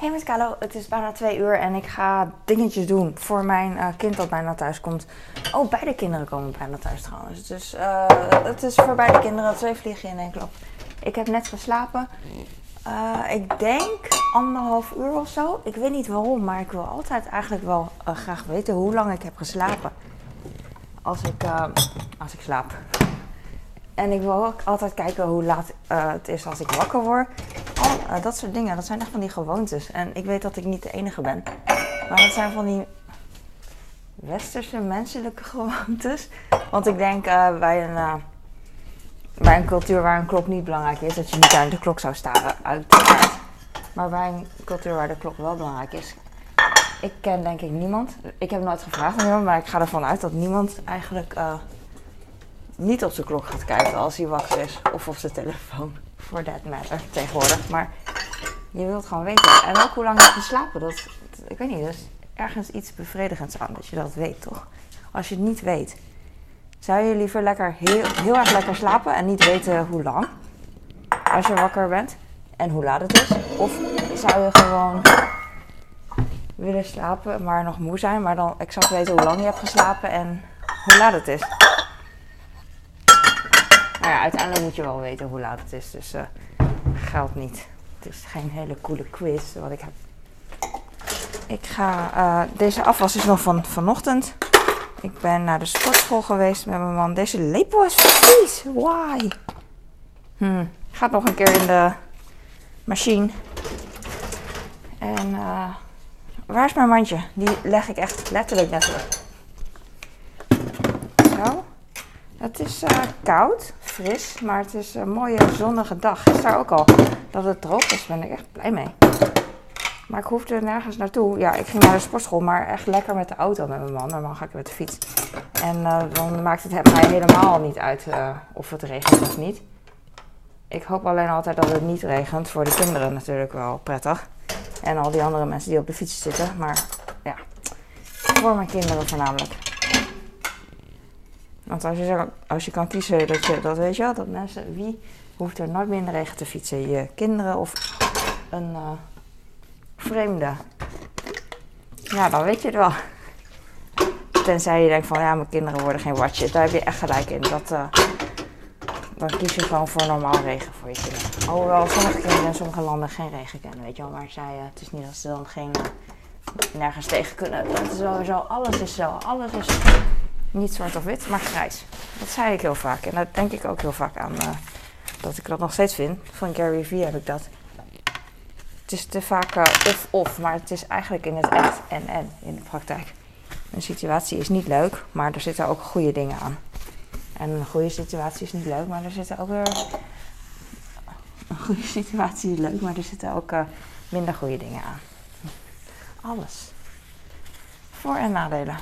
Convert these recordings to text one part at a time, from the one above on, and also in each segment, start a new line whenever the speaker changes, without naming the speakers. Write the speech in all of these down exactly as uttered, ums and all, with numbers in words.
Hey met Carlo, het is bijna twee uur en ik ga dingetjes doen voor mijn uh, kind dat bijna thuis komt. Oh, beide kinderen komen bijna thuis trouwens. Dus uh, het is voor beide kinderen twee vliegen in één klap. Ik heb net geslapen. Uh, ik denk anderhalf uur of zo. Ik weet niet waarom, maar ik wil altijd eigenlijk wel uh, graag weten hoe lang ik heb geslapen. Als ik, uh, als ik slaap. En ik wil ook altijd kijken hoe laat uh, het is als ik wakker word. Al, uh, dat soort dingen, dat zijn echt van die gewoontes. En ik weet dat ik niet de enige ben. Maar dat zijn van die westerse menselijke gewoontes. Want ik denk uh, bij, een, uh, bij een cultuur waar een klok niet belangrijk is, dat je niet naar de klok zou staren, uiteraard. Maar bij een cultuur waar de klok wel belangrijk is. Ik ken denk ik niemand. Ik heb nooit gevraagd aan iemand, maar ik ga ervan uit dat niemand eigenlijk uh, niet op zijn klok gaat kijken als hij wakker is. Of op zijn telefoon. For that matter, tegenwoordig. Maar je wilt gewoon weten. En ook hoe lang je hebt geslapen. Dat, dat, ik weet niet, er is ergens iets bevredigends aan dat je dat weet, toch? Als je het niet weet. Zou je liever lekker heel, heel erg lekker slapen en niet weten hoe lang? Als je wakker bent en hoe laat het is? Of zou je gewoon willen slapen, maar nog moe zijn, maar dan exact weten hoe lang je hebt geslapen en hoe laat het is? Nou ja, uiteindelijk moet je wel weten hoe laat het is, dus uh, geldt niet. Het is geen hele coole quiz wat ik heb. Ik ga, uh, deze afwas is nog van vanochtend. Ik ben naar de sportschool geweest met mijn man. Deze lepel is vies, why? Hm, gaat nog een keer in de machine. En uh, waar is mijn mandje? Die leg ik echt letterlijk letterlijk. Zo. Het is uh, koud, fris, maar het is een mooie zonnige dag. Gisteren ook al. Dat het droog is, ben ik echt blij mee. Maar ik hoefde nergens naartoe. Ja, ik ging naar de sportschool, maar echt lekker met de auto met mijn man. Normaal ga ik met de fiets. En uh, dan maakt het mij helemaal niet uit uh, of het regent of niet. Ik hoop alleen altijd dat het niet regent. Voor de kinderen natuurlijk wel prettig. En al die andere mensen die op de fiets zitten. Maar ja, voor mijn kinderen voornamelijk. Want als je, als je kan kiezen, dat, je, dat weet je wel, dat mensen, wie hoeft er nooit meer in de regen te fietsen? Je kinderen of een uh, vreemde? Ja, dan weet je het wel. Tenzij je denkt van, ja, mijn kinderen worden geen watje. Daar heb je echt gelijk in. Dat, uh, dan kies je gewoon voor normaal regen voor je kinderen. Hoewel sommige kinderen in sommige landen geen regen kennen, weet je wel. Maar zij, uh, het is niet dat ze dan geen, uh, nergens tegen kunnen. Het is sowieso, alles is zo, alles is niet zwart of wit, maar grijs. Dat zei ik heel vaak. En dat denk ik ook heel vaak aan. Uh, dat ik dat nog steeds vind. Van Gary Vee heb ik dat. Het is te vaak uh, of-of. Maar het is eigenlijk in het echt en-en in de praktijk. Een situatie is niet leuk, maar er zitten ook goede dingen aan. En een goede situatie is niet leuk, maar er zitten ook weer... Een goede situatie is leuk, maar er zitten ook uh, minder goede dingen aan. Alles. Voor- en nadelen.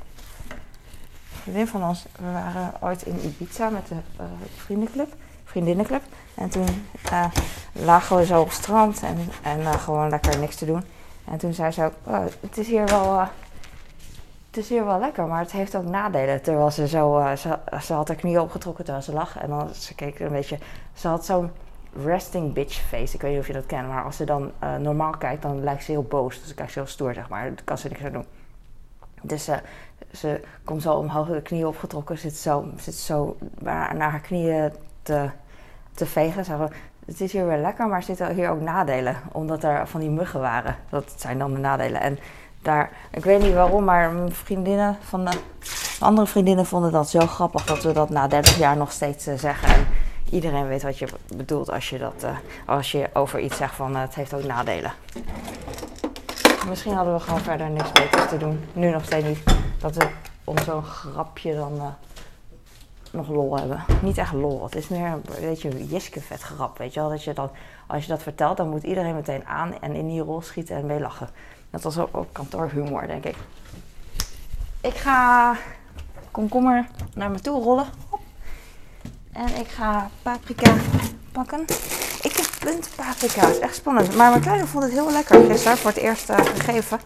Een vriendin van ons, we waren ooit in Ibiza met de uh, vriendenclub, vriendinnenclub. En toen uh, lagen we zo op het strand en, en uh, gewoon lekker niks te doen. En toen zei ze ook, oh, het is hier wel... Uh, Het is hier wel lekker, maar het heeft ook nadelen. Terwijl ze zo, uh, ze, ze had haar knieën opgetrokken terwijl ze lag. En dan, ze keek een beetje, ze had zo'n resting bitch face. Ik weet niet of je dat kent, maar als ze dan uh, normaal kijkt, dan lijkt ze heel boos. Dus dan kijkt ze heel stoer, zeg maar. Dat kan ze niks aan doen. Dus uh, ze komt zo omhoog, de knieën opgetrokken, zit zo, zit zo naar haar knieën te, te vegen. Zo, het is hier weer lekker, maar er zitten hier ook nadelen. Omdat er van die muggen waren. Dat zijn dan de nadelen. En daar, ik weet niet waarom, maar mijn vriendinnen van de, de andere vriendinnen vonden dat zo grappig dat we dat na dertig jaar nog steeds uh, zeggen. En iedereen weet wat je bedoelt als je, dat, uh, als je over iets zegt van uh, het heeft ook nadelen. Misschien hadden we gewoon verder niks beters te doen. Nu nog steeds niet. Dat we om zo'n grapje dan uh, nog lol hebben. Niet echt lol. Het is meer een beetje Jiske-vet grap. Weet je wel? Dat je dan, als je dat vertelt, dan moet iedereen meteen aan en in die rol schieten en mee lachen. Dat was ook, ook kantoorhumor, denk ik. Ik ga komkommer naar me toe rollen. Hop. En ik ga paprika pakken. Ik heb puntpaprika. Het is echt spannend. Maar mijn kleine vond het heel lekker gisteren. Voor het eerst uh, gegeven.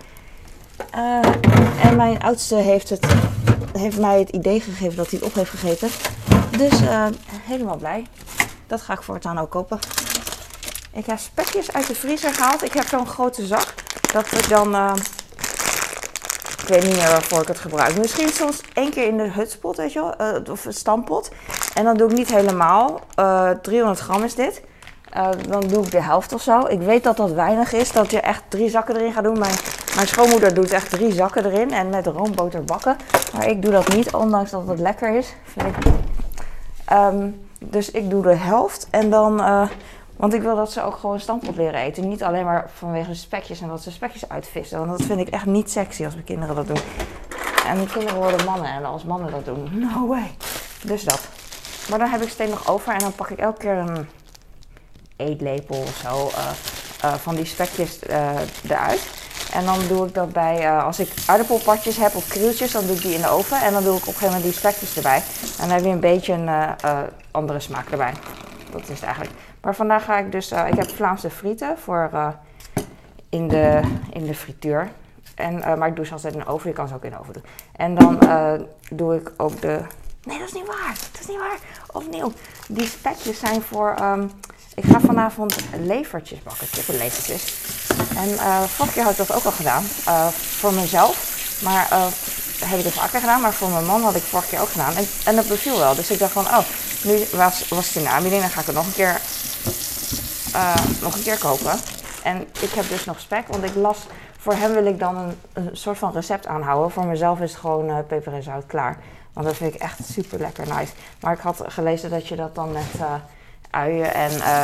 Uh, en mijn oudste heeft, het, heeft mij het idee gegeven dat hij het op heeft gegeten. Dus uh, helemaal blij. Dat ga ik voortaan ook kopen. Ik heb spekjes uit de vriezer gehaald. Ik heb zo'n grote zak. Dat ik dan... Uh, ik weet niet meer waarvoor ik het gebruik. Misschien soms één keer in de hutspot, weet je wel. Uh, of een stampot. En dan doe ik niet helemaal. Uh, driehonderd gram is dit. Uh, dan doe ik de helft of zo. Ik weet dat dat weinig is. Dat je echt drie zakken erin gaat doen. Mijn, mijn schoonmoeder doet echt drie zakken erin. En met roomboter bakken. Maar ik doe dat niet. Ondanks dat het lekker is. Vind ik. Um, dus ik doe de helft. En dan... Uh, Want ik wil dat ze ook gewoon stampot leren eten. Niet alleen maar vanwege de spekjes en dat ze spekjes uitvissen. Want dat vind ik echt niet sexy als mijn kinderen dat doen. En mijn kinderen worden mannen. En als mannen dat doen, no way. Dus dat. Maar dan heb ik steeds nog over. En dan pak ik elke keer een eetlepel of zo. Uh, uh, van die spekjes uh, eruit. En dan doe ik dat bij, uh, als ik aardappelpartjes heb of krieltjes, dan doe ik die in de oven. En dan doe ik op een gegeven moment die spekjes erbij. En dan heb je een beetje een uh, uh, andere smaak erbij. Dat is het eigenlijk. Maar vandaag ga ik dus, uh, ik heb Vlaamse frieten voor uh, in, de, in de frituur. En, uh, maar ik doe ze altijd in de oven, je kan ze ook in de oven doen. En dan uh, doe ik ook de, nee dat is niet waar, dat is niet waar, opnieuw. Die spekjes zijn voor, um, ik ga vanavond levertjes bakken, kippenlevertjes. En uh, vorige keer had ik dat ook al gedaan, uh, voor mezelf. Maar uh, dat heb ik dus vaker gedaan, maar voor mijn man had ik vorige keer ook gedaan. En, en dat beviel wel, dus ik dacht van, oh, nu was, was het in de aanbieding, dan ga ik het nog een keer... Uh, nog een keer kopen. En ik heb dus nog spek, want ik las... Voor hem wil ik dan een, een soort van recept aanhouden. Voor mezelf is het gewoon uh, peper en zout klaar. Want dat vind ik echt super lekker nice. Maar ik had gelezen dat je dat dan met uh, uien en... Uh,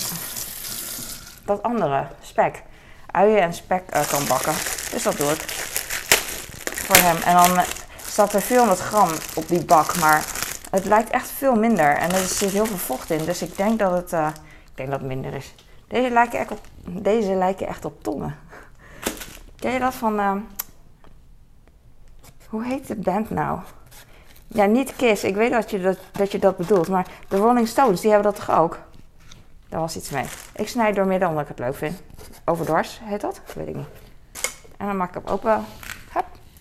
dat andere, spek. Uien en spek uh, kan bakken. Dus dat doe ik. Voor hem. En dan uh, staat er vierhonderd gram op die bak. Maar het lijkt echt veel minder. En er zit heel veel vocht in. Dus ik denk dat het... Uh, Ik denk dat het minder is. Deze lijken echt op, deze lijken echt op tongen. Ken je dat van... Uh, hoe heet de band nou? Ja, niet Kiss. Ik weet dat je dat, dat je dat bedoelt. Maar de Rolling Stones, die hebben dat toch ook? Daar was iets mee. Ik snijd door midden omdat ik het leuk vind. Overdwars heet dat? Weet ik niet. En dan maak ik hem open. Hup.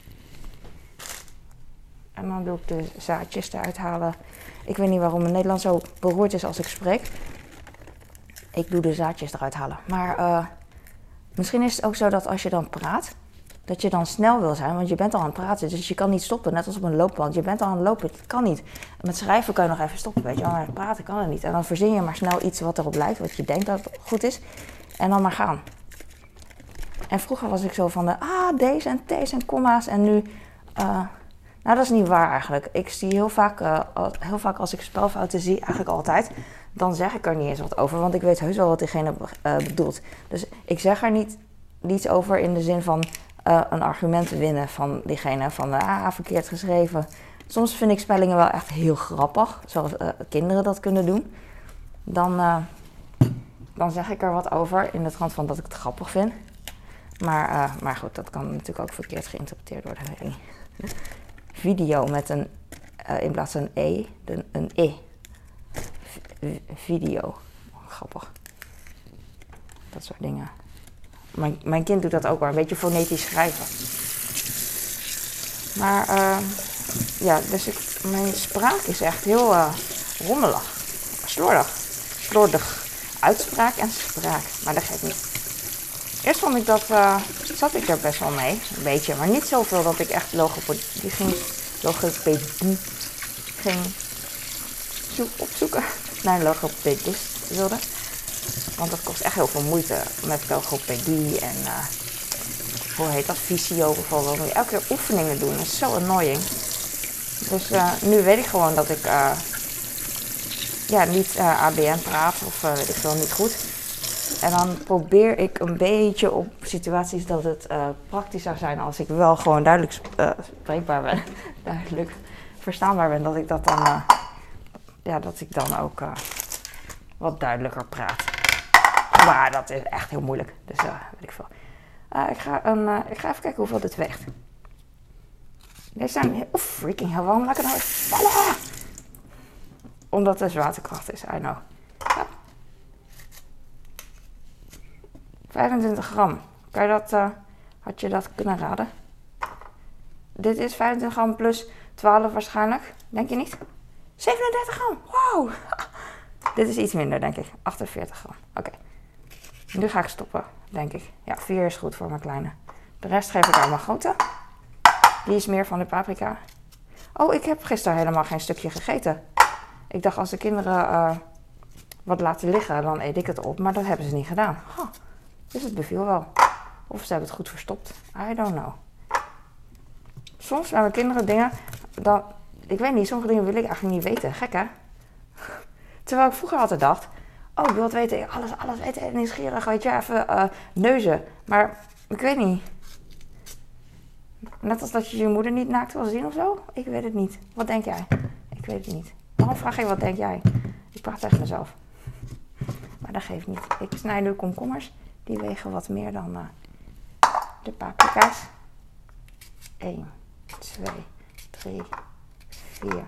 En dan doe ik de zaadjes eruit halen. Ik weet niet waarom mijn Nederlands zo beroerd is als ik spreek. Ik doe de zaadjes eruit halen. Maar uh, misschien is het ook zo dat als je dan praat, dat je dan snel wil zijn. Want je bent al aan het praten, dus je kan niet stoppen. Net als op een loopband. Je bent al aan het lopen, het kan niet. Met schrijven kan je nog even stoppen, weet je wel. Maar praten kan het niet. En dan verzin je maar snel iets wat erop lijkt, wat je denkt dat het goed is. En dan maar gaan. En vroeger was ik zo van de, ah, deze en T's en komma's. En nu, uh, nou dat is niet waar eigenlijk. Ik zie heel vaak, uh, heel vaak als ik spelfouten zie, eigenlijk altijd... Dan zeg ik er niet eens wat over, want ik weet heus wel wat diegene uh, bedoelt. Dus ik zeg er niet niets over in de zin van uh, een argument winnen van diegene. Van, uh, ah, verkeerd geschreven. Soms vind ik spellingen wel echt heel grappig, zoals uh, kinderen dat kunnen doen. Dan, uh, dan zeg ik er wat over, in de trant van dat ik het grappig vind. Maar, uh, maar goed, dat kan natuurlijk ook verkeerd geïnterpreteerd worden. Weet ik niet. Video met een, uh, in plaats van een E, een, een E. Video. Grappig. Dat soort dingen. Mijn, mijn kind doet dat ook wel. Een beetje fonetisch schrijven. Maar uh, ja, dus ik, mijn spraak is echt heel uh, rommelig. Slordig. Slordig. Uitspraak en spraak. Maar dat geeft niet. Eerst vond ik dat, uh, zat ik er best wel mee. Een beetje. Maar niet zoveel dat ik echt logopedie die ging, logopedie ging zoek, opzoeken. Naar een logopedist wilde. Want dat kost echt heel veel moeite met logopedie en uh, hoe heet dat, fysio bijvoorbeeld. Moet je elke keer oefeningen doen, dat is zo annoying. Dus uh, nu weet ik gewoon dat ik uh, ja, niet uh, A B N praat of uh, weet ik veel, niet goed. En dan probeer ik een beetje op situaties dat het uh, praktisch zou zijn als ik wel gewoon duidelijk uh, spreekbaar ben. Duidelijk verstaanbaar ben, dat ik dat dan... Uh, Ja, dat ik dan ook uh, wat duidelijker praat. Maar dat is echt heel moeilijk. Dus uh, weet ik veel. Uh, ik, ga een, uh, ik ga even kijken hoeveel dit weegt. Deze zijn... Oh, freaking hell. Waarom laat ik het nou vallen? Omdat het zwaartekracht is. I know. Ja. vijfentwintig gram. Kan je dat... Uh, had je dat kunnen raden? Dit is vijfentwintig gram plus twaalf waarschijnlijk. Denk je niet? zevenendertig gram. Wow. Dit is iets minder, denk ik. achtenveertig gram. Oké. Okay. Nu ga ik stoppen, denk ik. Ja, vier is goed voor mijn kleine. De rest geef ik aan mijn grote. Die is meer van de paprika. Oh, ik heb gisteren helemaal geen stukje gegeten. Ik dacht als de kinderen uh, wat laten liggen, dan eet ik het op. Maar dat hebben ze niet gedaan. Huh. Dus het beviel wel. Of ze hebben het goed verstopt. I don't know. Soms bij mijn kinderen dingen, dan, ik weet niet, sommige dingen wil ik eigenlijk niet weten. Gek hè? Terwijl ik vroeger altijd dacht, oh ik wil het weten, alles, alles weten, nieuwsgierig, weet je, even uh, neuzen. Maar ik weet niet. Net als dat je je moeder niet naakt wil zien of zo? Ik weet het niet. Wat denk jij? Ik weet het niet. Waarom vraag je wat denk jij? Ik praat tegen mezelf. Maar dat geeft niet. Ik snij nu komkommers. Die wegen wat meer dan uh, de paprika's. één, twee, drie, vier,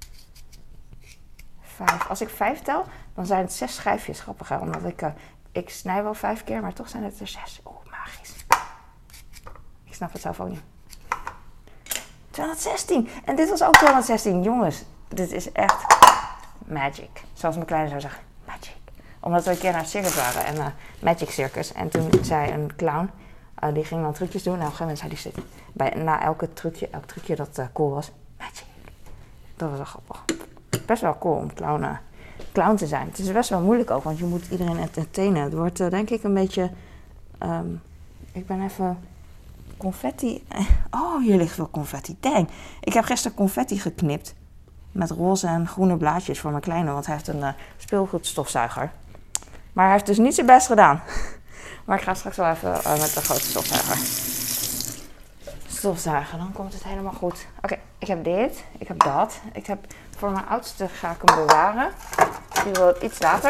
vijf. Als ik vijf tel, dan zijn het zes schijfjes. Grappig hè? Omdat ik, uh, ik snij wel vijf keer, maar toch zijn het er zes. Oeh, magisch. Ik snap het zelf ook niet. tweehonderdzestien. En dit was ook tweehonderdzestien. Jongens, dit is echt magic. Zoals mijn kleine zou zeggen. Magic. Omdat we een keer naar het circus waren. En uh, Magic Circus. En toen zei een clown. Uh, die ging dan trucjes doen. En op een gegeven moment zei hij bij, na elke trucje, elk trucje dat uh, cool was. Magic. Dat was wel grappig. Best wel cool om clown, uh, clown te zijn. Het is best wel moeilijk ook. Want je moet iedereen entertainen. Het wordt uh, denk ik een beetje... Um, ik ben even... Confetti. Oh, hier ligt wel confetti. Dang. Ik heb gisteren confetti geknipt. Met roze en groene blaadjes voor mijn kleine. Want hij heeft een uh, speelgoedstofzuiger. Maar hij heeft dus niet zijn best gedaan. Maar ik ga straks wel even uh, met de grote stofzuiger. Stofzuigen, dan komt het helemaal goed. Oké, okay, ik heb dit. Ik heb dat. Ik heb, voor mijn oudste ga ik hem bewaren. Die wil het iets later.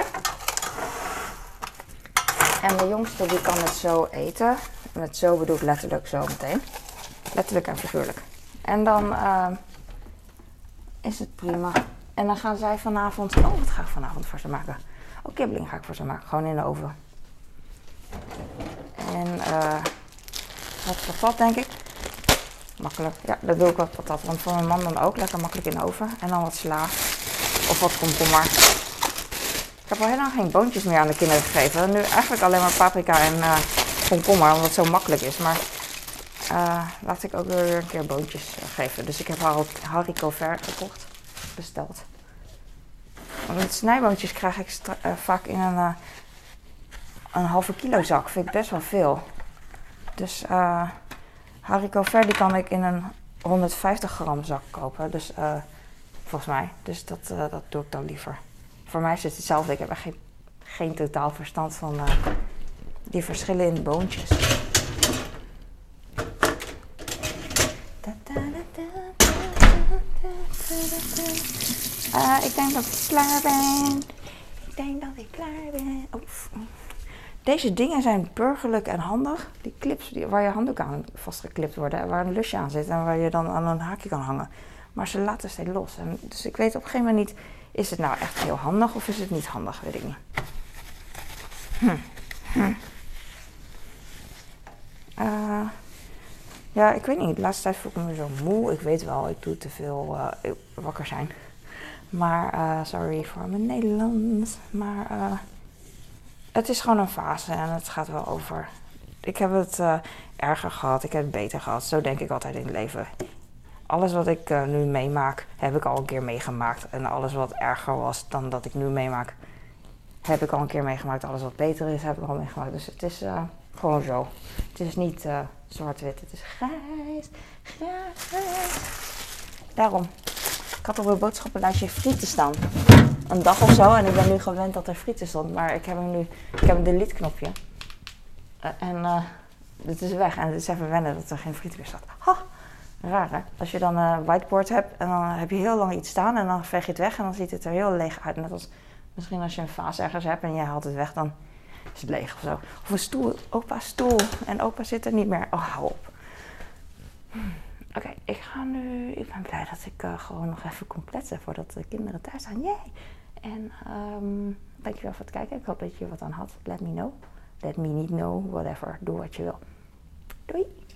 En de jongste die kan het zo eten. Met zo bedoel ik letterlijk zo meteen. Letterlijk en figuurlijk. En dan uh, is het prima. En dan gaan zij vanavond... Oh, wat ga ik vanavond voor ze maken? Oh, kibbeling ga ik voor ze maken. Gewoon in de oven. En uh, wat patat, denk ik. Makkelijk. Ja, dat doe ik wat patat. Want voor mijn man dan ook. Lekker makkelijk in de oven. En dan wat sla. Of wat komkommer. Ik heb al heel lang geen boontjes meer aan de kinderen gegeven. Nu eigenlijk alleen maar paprika en... Uh, komkommer, omdat het zo makkelijk is. Maar uh, laat ik ook weer een keer boontjes uh, geven. Dus ik heb haricot vert gekocht. Besteld. Want snijboontjes krijg ik stra- uh, vaak in een, uh, een halve kilo zak. Vind ik best wel veel. Dus uh, haricot vert die kan ik in een honderdvijftig gram zak kopen. Dus uh, volgens mij. Dus dat, uh, dat doe ik dan liever. Voor mij is het hetzelfde. Ik heb echt geen, geen totaal verstand van... Uh, die verschillen in de boontjes. Uh, ik denk dat ik klaar ben. Ik denk dat ik klaar ben. Oh. Deze dingen zijn burgerlijk en handig. Die clips die, waar je handdoek aan vastgeklipt worden. Waar een lusje aan zit en waar je dan aan een haakje kan hangen. Maar ze laten steeds los. En dus ik weet op een gegeven moment niet... Is het nou echt heel handig of is het niet handig? Weet ik niet. Hm. Hm. Uh, ja, ik weet niet. De laatste tijd voel ik me zo moe. Ik weet wel, ik doe te veel uh, wakker zijn. Maar, uh, sorry voor mijn Nederlands. Maar uh, het is gewoon een fase en het gaat wel over. Ik heb het uh, erger gehad, ik heb het beter gehad. Zo denk ik altijd in het leven. Alles wat ik uh, nu meemaak, heb ik al een keer meegemaakt. En alles wat erger was dan dat ik nu meemaak, heb ik al een keer meegemaakt. Alles wat beter is, heb ik al meegemaakt. Dus het is... Uh, Gewoon zo. Het is niet uh, zwart-wit, het is grijs, grijs. Daarom. Ik had op mijn boodschappenlijstje frieten staan. Een dag of zo en ik ben nu gewend dat er frieten stond. Maar ik heb hem nu, ik heb een delete knopje. Uh, en uh, het is weg en het is even wennen dat er geen friet meer staat. Ha, raar hè. Als je dan een whiteboard hebt en dan heb je heel lang iets staan en dan veeg je het weg en dan ziet het er heel leeg uit. Net als misschien als je een vaas ergens hebt en jij haalt het weg dan... Is het leeg of zo. Of een stoel. Opa's stoel. En opa zit er niet meer. Oh, hou op. Hmm. Oké, okay, ik ga nu... Ik ben blij dat ik uh, gewoon nog even compleet zet voordat de kinderen thuis zijn. Yay! En um, dankjewel voor het kijken. Ik hoop dat je wat aan had. Let me know. Let me niet know. Whatever. Doe wat je wil. Doei!